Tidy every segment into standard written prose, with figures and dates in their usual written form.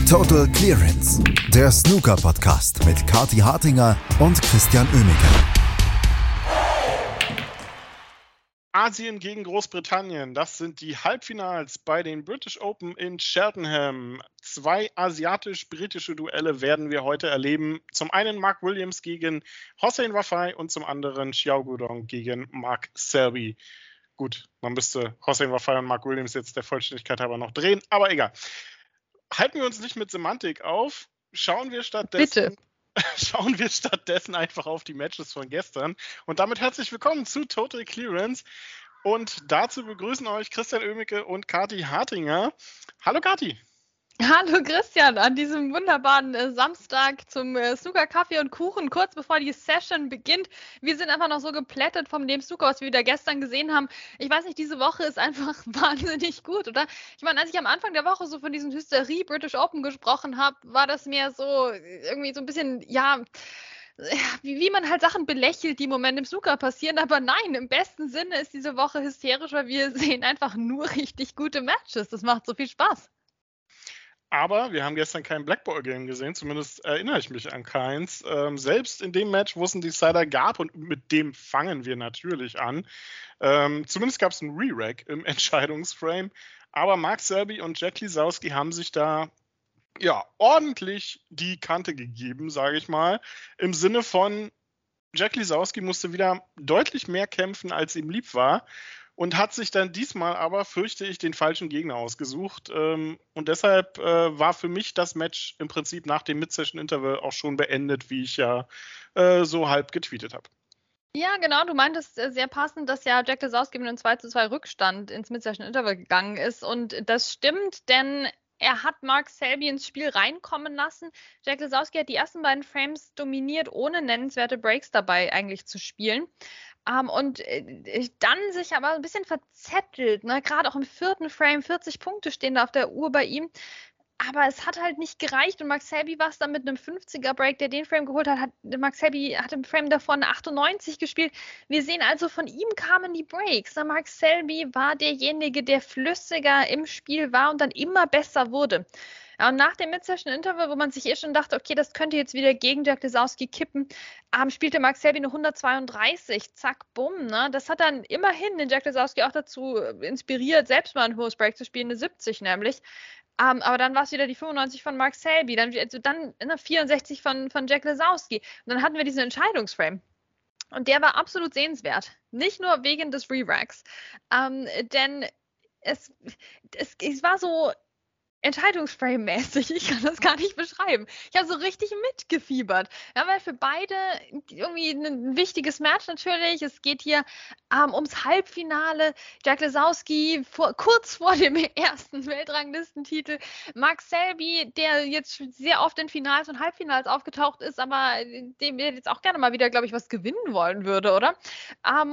Total Clearance, der Snooker-Podcast mit Kathi Hartinger und Christian Oemeke. Asien gegen Großbritannien, das sind die Halbfinals bei den British Open in Cheltenham. 2 asiatisch-britische Duelle werden wir heute erleben. Zum einen Mark Williams gegen Hossein Wafai und zum anderen Xiao Guodong gegen Mark Selby. Gut, man müsste Hossein Wafai und Mark Williams jetzt der Vollständigkeit halber noch drehen, aber egal. Halten wir uns nicht mit Semantik auf, schauen wir stattdessen einfach auf die Matches von gestern. Und damit herzlich willkommen zu Total Clearance. Und dazu begrüßen euch Christian Oemeke und Kathi Hartinger. Hallo Kathi. Hallo Christian, an diesem wunderbaren Samstag zum Snooker, Kaffee und Kuchen, kurz bevor die Session beginnt. Wir sind einfach noch so geplättet vom dem Snooker, was wir wieder gestern gesehen haben. Ich weiß nicht, diese Woche ist einfach wahnsinnig gut, oder? Ich meine, als ich am Anfang der Woche so von diesen Hysterie British Open gesprochen habe, war das mehr so irgendwie so ein bisschen, ja, wie man halt Sachen belächelt, die im Moment im Snooker passieren. Aber nein, im besten Sinne ist diese Woche hysterisch, weil wir sehen einfach nur richtig gute Matches. Das macht so viel Spaß. Aber wir haben gestern kein Blackball-Game gesehen, zumindest erinnere ich mich an keins. Selbst in dem Match, wo es einen Decider gab, und mit dem fangen wir natürlich an. Zumindest gab es einen Re-Rack im Entscheidungsframe. Aber Mark Selby und Jack Lisowski haben sich da ordentlich die Kante gegeben, sage ich mal. Im Sinne von, Jack Lisowski musste wieder deutlich mehr kämpfen, als ihm lieb war. Und hat sich dann diesmal aber, fürchte ich, den falschen Gegner ausgesucht. Und deshalb war für mich das Match im Prinzip nach dem Mid-Session-Interval auch schon beendet, wie ich ja so halb getweetet habe. Ja, genau. Du meintest sehr passend, dass ja Jack Lisowski mit einem 2:2 Rückstand ins Mid-Session-Interval gegangen ist. Und das stimmt, denn er hat Mark Selby ins Spiel reinkommen lassen. Jack Lisowski hat die ersten beiden Frames dominiert, ohne nennenswerte Breaks dabei eigentlich zu spielen. Und dann sich aber ein bisschen verzettelt, ne? Gerade auch im 4. Frame, 40 Punkte stehen da auf der Uhr bei ihm. Aber es hat halt nicht gereicht und Mark Selby war es dann mit einem 50er Break, der den Frame geholt hat. Mark Selby hat im Frame davor eine 98 gespielt. Wir sehen also, von ihm kamen die Breaks. Mark Selby war derjenige, der flüssiger im Spiel war und dann immer besser wurde. Ja, und nach dem Mid-Session-Interval, wo man sich schon dachte, okay, das könnte jetzt wieder gegen Jack Lisowski kippen, spielte Mark Selby eine 132, zack, bumm. Ne? Das hat dann immerhin den Jack Lisowski auch dazu inspiriert, selbst mal ein hohes Break zu spielen, eine 70 nämlich. Aber dann war es wieder die 95 von Mark Selby, dann eine 64 von Jack Lisowski. Und dann hatten wir diesen Entscheidungsframe. Und der war absolut sehenswert. Nicht nur wegen des Re-Racks. Denn es war so Entscheidungsframe-mäßig, ich kann das gar nicht beschreiben. Ich habe so richtig mitgefiebert. Ja, weil für beide irgendwie ein wichtiges Match natürlich. Es geht hier ums Halbfinale. Jack Lisowski kurz vor dem ersten Weltranglistentitel. Mark Selby, der jetzt sehr oft in Finals und Halbfinals aufgetaucht ist, aber dem jetzt auch gerne mal wieder, glaube ich, was gewinnen wollen würde, oder? Dann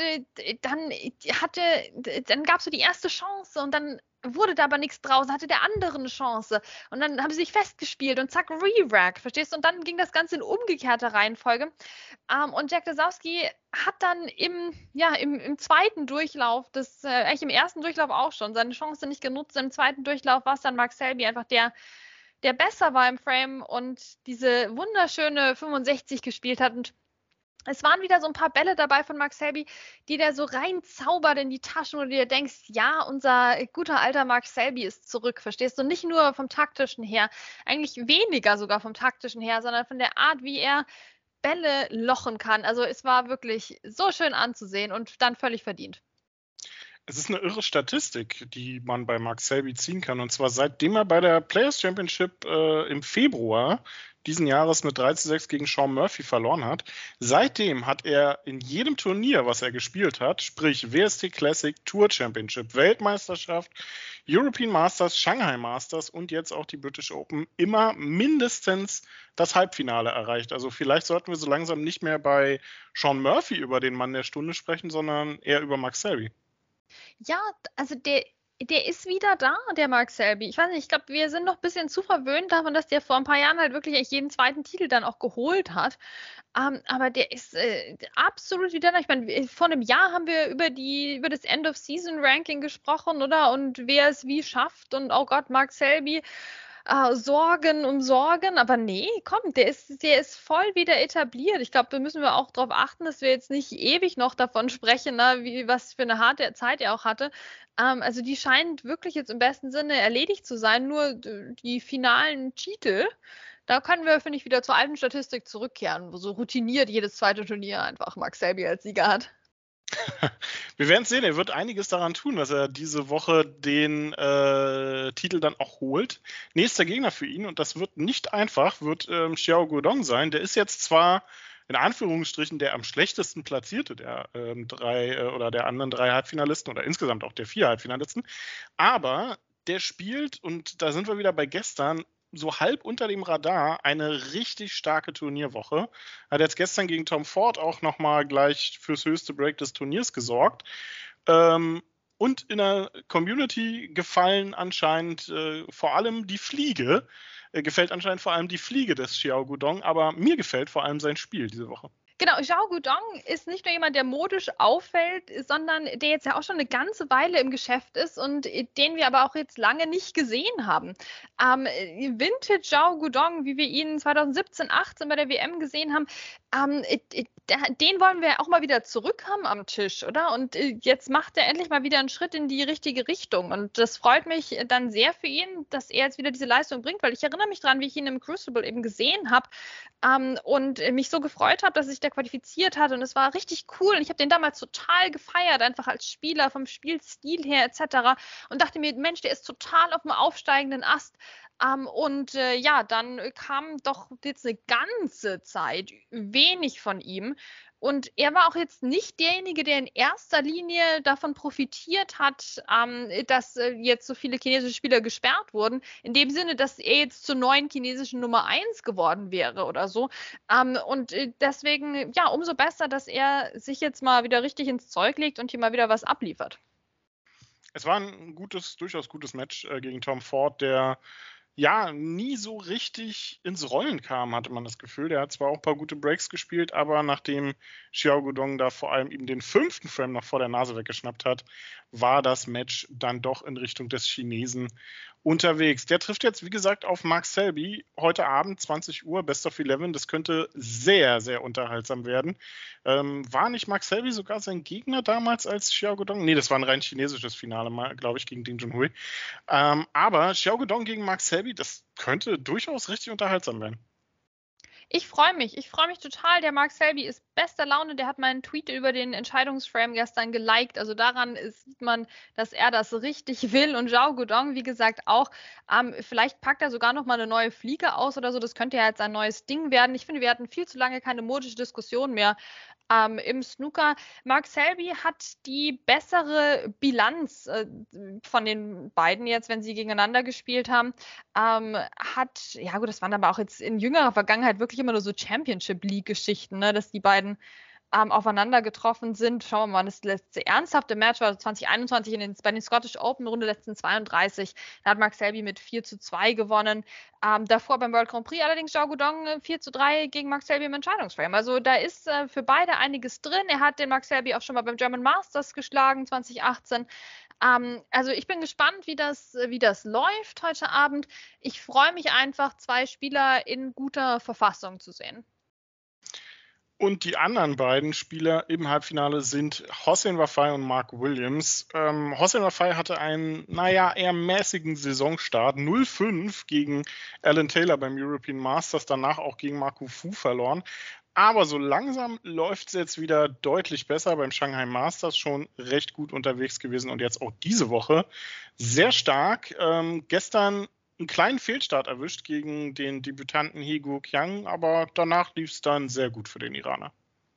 gab es so die erste Chance und dann wurde da aber nichts draus, hatte der andere eine Chance. Und dann haben sie sich festgespielt und zack, Re-Rack, verstehst du? Und dann ging das Ganze in umgekehrter Reihenfolge. Und Jack Lisowski hat dann im zweiten Durchlauf, eigentlich im ersten Durchlauf auch schon, seine Chance nicht genutzt. Im zweiten Durchlauf war es dann Mark Selby einfach der besser war im Frame und diese wunderschöne 65 gespielt hat. Und es waren wieder so ein paar Bälle dabei von Mark Selby, die der so reinzaubert in die Taschen, wo du dir denkst, ja, unser guter alter Mark Selby ist zurück, verstehst du? Nicht nur vom Taktischen her, eigentlich weniger sogar vom Taktischen her, sondern von der Art, wie er Bälle lochen kann. Also es war wirklich so schön anzusehen und dann völlig verdient. Es ist eine irre Statistik, die man bei Mark Selby ziehen kann. Und zwar seitdem er bei der Players Championship im Februar diesen Jahres mit 3:6 gegen Sean Murphy verloren hat. Seitdem hat er in jedem Turnier, was er gespielt hat, sprich WST Classic, Tour Championship, Weltmeisterschaft, European Masters, Shanghai Masters und jetzt auch die British Open, immer mindestens das Halbfinale erreicht. Also vielleicht sollten wir so langsam nicht mehr bei Sean Murphy über den Mann der Stunde sprechen, sondern eher über Mark Selby. Ja, also der ist wieder da, der Mark Selby. Ich weiß nicht, ich glaube, wir sind noch ein bisschen zu verwöhnt davon, dass der vor ein paar Jahren halt wirklich echt jeden zweiten Titel dann auch geholt hat. Aber der ist absolut wieder da. Ich meine, vor einem Jahr haben wir über das End-of-Season-Ranking gesprochen, oder? Und wer es wie schafft. Und oh Gott, Mark Selby Sorgen um Sorgen, aber nee, komm, der ist voll wieder etabliert. Ich glaube, da müssen wir auch darauf achten, dass wir jetzt nicht ewig noch davon sprechen, ne, was für eine harte Zeit er auch hatte. Also die scheint wirklich jetzt im besten Sinne erledigt zu sein, nur die finalen Titel, da können wir, finde ich, wieder zur alten Statistik zurückkehren, wo so routiniert jedes zweite Turnier einfach Mark Selby als Sieger hat. Wir werden es sehen, er wird einiges daran tun, dass er diese Woche den Titel dann auch holt. Nächster Gegner für ihn, und das wird nicht einfach, wird Xiao Guodong sein. Der ist jetzt zwar in Anführungsstrichen der am schlechtesten platzierte der der anderen 3 Halbfinalisten oder insgesamt auch der 4 Halbfinalisten, aber der spielt, und da sind wir wieder bei gestern, so halb unter dem Radar eine richtig starke Turnierwoche. Hat jetzt gestern gegen Tom Ford auch nochmal gleich fürs höchste Break des Turniers gesorgt. Und in der Community gefallen anscheinend vor allem die Fliege. Gefällt anscheinend vor allem die Fliege des Xiao Guodong, aber mir gefällt vor allem sein Spiel diese Woche. Genau, Xiao Guodong ist nicht nur jemand, der modisch auffällt, sondern der jetzt ja auch schon eine ganze Weile im Geschäft ist und den wir aber auch jetzt lange nicht gesehen haben. Vintage Xiao Guodong, wie wir ihn 2017, 18 bei der WM gesehen haben, den wollen wir auch mal wieder zurück haben am Tisch, oder? Und jetzt macht er endlich mal wieder einen Schritt in die richtige Richtung. Und das freut mich dann sehr für ihn, dass er jetzt wieder diese Leistung bringt, weil ich erinnere mich dran, wie ich ihn im Crucible eben gesehen habe und mich so gefreut habe, dass sich der qualifiziert hat. Und es war richtig cool. Und ich habe den damals total gefeiert, einfach als Spieler, vom Spielstil her etc. Und dachte mir, Mensch, der ist total auf dem aufsteigenden Ast. Dann kam doch jetzt eine ganze Zeit wenig von ihm. Und er war auch jetzt nicht derjenige, der in erster Linie davon profitiert hat, dass jetzt so viele chinesische Spieler gesperrt wurden. In dem Sinne, dass er jetzt zur neuen chinesischen Nummer 1 geworden wäre oder so. Deswegen, ja, umso besser, dass er sich jetzt mal wieder richtig ins Zeug legt und hier mal wieder was abliefert. Es war ein durchaus gutes Match gegen Tom Ford, der ja nie so richtig ins Rollen kam, hatte man das Gefühl. Der hat zwar auch ein paar gute Breaks gespielt, aber nachdem Xiao Guodong da vor allem eben den 5. Frame noch vor der Nase weggeschnappt hat, war das Match dann doch in Richtung des Chinesen unterwegs. Der trifft jetzt, wie gesagt, auf Mark Selby heute Abend, 20 Uhr, Best of 11. Das könnte sehr, sehr unterhaltsam werden. War nicht Mark Selby sogar sein Gegner damals als Xiao Guodong? Nee, das war ein rein chinesisches Finale, glaube ich, gegen Ding Junhui. Aber Xiao Guodong gegen Mark Selby, das könnte durchaus richtig unterhaltsam werden. Ich freue mich total. Der Mark Selby ist bester Laune. Der hat meinen Tweet über den Entscheidungsframe gestern geliked. Also daran sieht man, dass er das richtig will. Und Xiao Guodong, wie gesagt, auch. Vielleicht packt er sogar noch mal eine neue Fliege aus oder so. Das könnte ja jetzt ein neues Ding werden. Ich finde, wir hatten viel zu lange keine modische Diskussion mehr im Snooker. Mark Selby hat die bessere Bilanz von den beiden jetzt, wenn sie gegeneinander gespielt haben. Das waren aber auch jetzt in jüngerer Vergangenheit wirklich immer nur so Championship-League-Geschichten, ne, dass die beiden aufeinander getroffen sind. Schauen wir mal, das letzte ernsthafte Match war 2021 bei den Scottish Open, Runde letzten 32. Da hat Mark Selby mit 4:2 gewonnen. Davor beim World Grand Prix allerdings Xiao Guodong 4:3 gegen Mark Selby im Entscheidungsframe. Also da ist für beide einiges drin. Er hat den Mark Selby auch schon mal beim German Masters geschlagen, 2018. Also ich bin gespannt, wie das läuft heute Abend. Ich freue mich einfach, 2 Spieler in guter Verfassung zu sehen. Und die anderen beiden Spieler im Halbfinale sind Hossein Wafai und Mark Williams. Hossein Wafai hatte einen, eher mäßigen Saisonstart. 0-5 gegen Alan Taylor beim European Masters, danach auch gegen Marco Fu verloren. Aber so langsam läuft es jetzt wieder deutlich besser. Beim Shanghai Masters schon recht gut unterwegs gewesen und jetzt auch diese Woche sehr stark. Gestern einen kleinen Fehlstart erwischt gegen den Debütanten He Guoqiang, aber danach lief es dann sehr gut für den Iraner.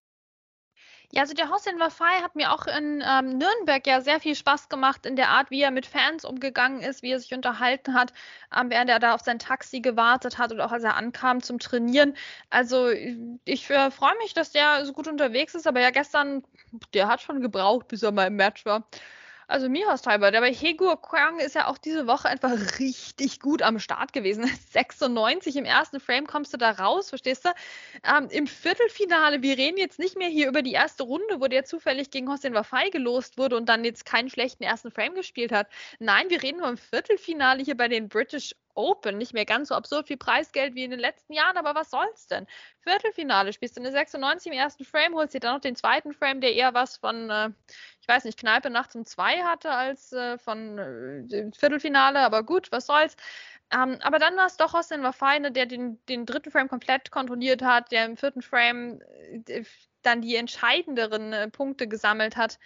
Ja, also der Hossein Wafai hat mir auch in Nürnberg ja sehr viel Spaß gemacht in der Art, wie er mit Fans umgegangen ist, wie er sich unterhalten hat, während er da auf sein Taxi gewartet hat und auch als er ankam zum Trainieren. Also ich freue mich, dass der so gut unterwegs ist, aber ja gestern, der hat schon gebraucht, bis er mal im Match war. Also mir hast halber, der bei He Guoqiang ist ja auch diese Woche einfach richtig gut am Start gewesen. 96 im ersten Frame kommst du da raus, verstehst du? Im Viertelfinale, wir reden jetzt nicht mehr hier über die erste Runde, wo der zufällig gegen Hossein Wafai gelost wurde und dann jetzt keinen schlechten ersten Frame gespielt hat. Nein, wir reden vom Viertelfinale hier bei den British Open nicht mehr ganz so absurd viel Preisgeld wie in den letzten Jahren, aber was soll's denn? Viertelfinale, spielst du eine 96 im ersten Frame, holst dir dann noch den zweiten Frame, der eher was von, ich weiß nicht, Kneipe nachts um 2 hatte als von Viertelfinale, aber gut, was soll's. Aber dann war es doch Hossein Wafai, der den dritten Frame komplett kontrolliert hat, der im vierten Frame dann die entscheidenderen Punkte gesammelt hat.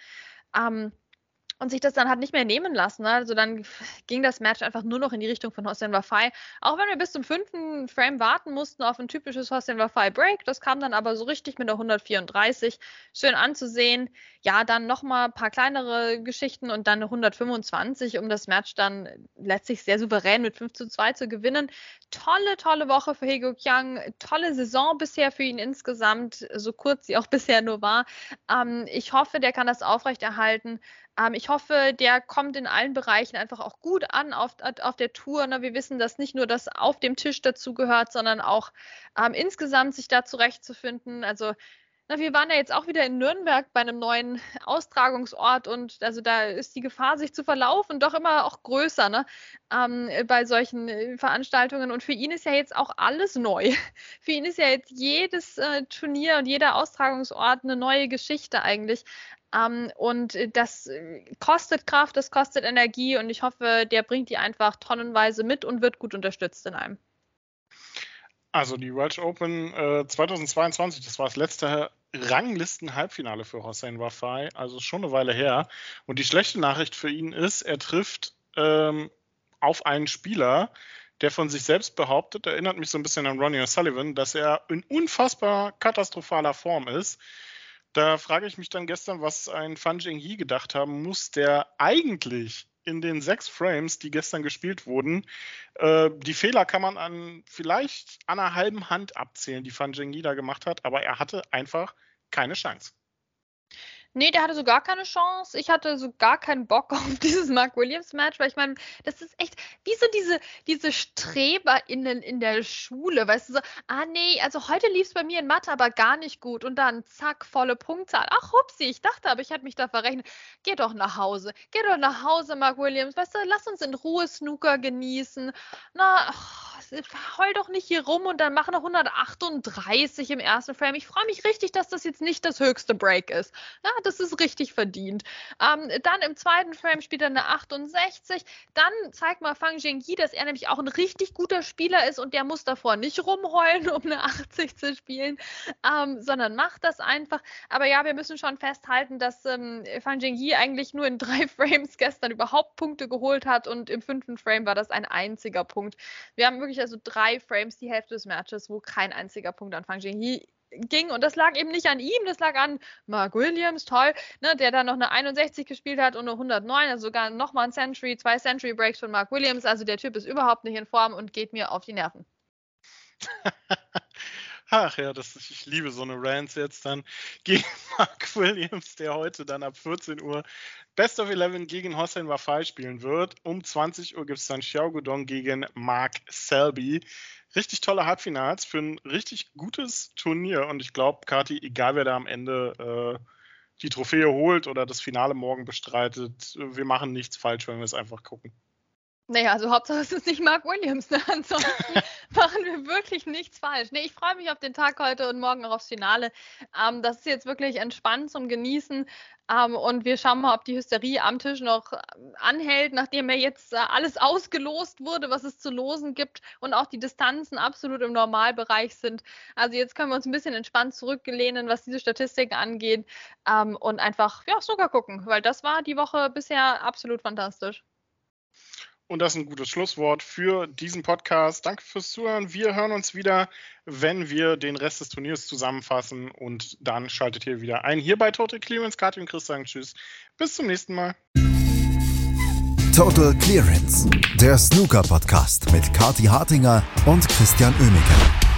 Und sich das dann hat nicht mehr nehmen lassen. Ne? Also dann ging das Match einfach nur noch in die Richtung von Hossein Wafai. Auch wenn wir bis zum 5. Frame warten mussten auf ein typisches Hossein Wafai Break. Das kam dann aber so richtig mit der 134. Schön anzusehen. Ja, dann nochmal ein paar kleinere Geschichten und dann eine 125, um das Match dann letztlich sehr souverän mit 5:2 zu gewinnen. Tolle Woche für Hye Go-kyung. Tolle Saison bisher für ihn insgesamt, so kurz sie auch bisher nur war. Ich hoffe, der kann das aufrechterhalten. Ich hoffe, der kommt in allen Bereichen einfach auch gut an auf der Tour. Ne? Wir wissen, dass nicht nur das auf dem Tisch dazugehört, sondern auch insgesamt sich da zurechtzufinden. Also wir waren ja jetzt auch wieder in Nürnberg bei einem neuen Austragungsort und also da ist die Gefahr, sich zu verlaufen, doch immer auch größer, ne? Bei solchen Veranstaltungen. Und für ihn ist ja jetzt auch alles neu. Für ihn ist ja jetzt jedes Turnier und jeder Austragungsort eine neue Geschichte eigentlich. Und das kostet Kraft, das kostet Energie und ich hoffe, der bringt die einfach tonnenweise mit und wird gut unterstützt in einem. Also die Welsh Open 2022, das war das letzte Ranglisten-Halbfinale für Hossein Wafai, also schon eine Weile her. Und die schlechte Nachricht für ihn ist, er trifft auf einen Spieler, der von sich selbst behauptet, erinnert mich so ein bisschen an Ronnie O'Sullivan, dass er in unfassbar katastrophaler Form ist. Da frage ich mich dann gestern, was ein Fan Zhengyi gedacht haben muss, der eigentlich in den 6 Frames, die gestern gespielt wurden, die Fehler kann man vielleicht an einer halben Hand abzählen, die Fan Zhengyi da gemacht hat, aber er hatte einfach keine Chance. Nee, der hatte so gar keine Chance. Ich hatte so gar keinen Bock auf dieses Mark Williams-Match, weil ich meine, das ist echt wie so diese StreberInnen in der Schule, weißt du, so, nee, also heute lief es bei mir in Mathe aber gar nicht gut und dann zack, volle Punktzahl. Ach, hupsi, ich dachte aber, ich hätte mich da verrechnet. Geh doch nach Hause, Mark Williams, weißt du, lass uns in Ruhe Snooker genießen. Na, heul doch nicht hier rum und dann mach eine 138 im ersten Frame. Ich freue mich richtig, dass das jetzt nicht das höchste Break ist. Ja, das ist richtig verdient. Dann im zweiten Frame spielt er eine 68. Dann zeigt mal Fan Zhengyi, dass er nämlich auch ein richtig guter Spieler ist und der muss davor nicht rumheulen, um eine 80 zu spielen, sondern macht das einfach. Aber ja, wir müssen schon festhalten, dass Fan Zhengyi eigentlich nur in 3 Frames gestern überhaupt Punkte geholt hat und im 5. Frame war das ein einziger Punkt. Wir haben wirklich also 3 Frames, die Hälfte des Matches, wo kein einziger Punkt an Fan Zhengyi ging und das lag eben nicht an ihm, das lag an Mark Williams, toll, ne, der dann noch eine 61 gespielt hat und eine 109, also sogar nochmal ein Century, 2 Century Breaks von Mark Williams, also der Typ ist überhaupt nicht in Form und geht mir auf die Nerven. Ach ja, ich liebe so eine Rants jetzt dann gegen Mark Williams, der heute dann ab 14 Uhr Best of 11 gegen Hossein Wafai spielen wird. Um 20 Uhr gibt es dann Xiao Guodong gegen Mark Selby. Richtig tolle Halbfinals für ein richtig gutes Turnier. Und ich glaube, Kathi, egal wer da am Ende die Trophäe holt oder das Finale morgen bestreitet, wir machen nichts falsch, wenn wir es einfach gucken. Naja, also Hauptsache es ist nicht Mark Williams, ne? Ansonsten machen wir wirklich nichts falsch. Nee, ich freue mich auf den Tag heute und morgen auch aufs Finale. Das ist jetzt wirklich entspannt zum Genießen. Und wir schauen mal, ob die Hysterie am Tisch noch anhält, nachdem ja jetzt alles ausgelost wurde, was es zu losen gibt und auch die Distanzen absolut im Normalbereich sind. Also jetzt können wir uns ein bisschen entspannt zurücklehnen, was diese Statistiken angeht und einfach Snooker gucken, weil das war die Woche bisher absolut fantastisch. Und das ist ein gutes Schlusswort für diesen Podcast. Danke fürs Zuhören. Wir hören uns wieder, wenn wir den Rest des Turniers zusammenfassen. Und dann schaltet ihr wieder ein. Hier bei Total Clearance. Kathi und Chris sagen Tschüss. Bis zum nächsten Mal. Total Clearance, der Snooker-Podcast mit Kathi Hartinger und Christian Oemeke.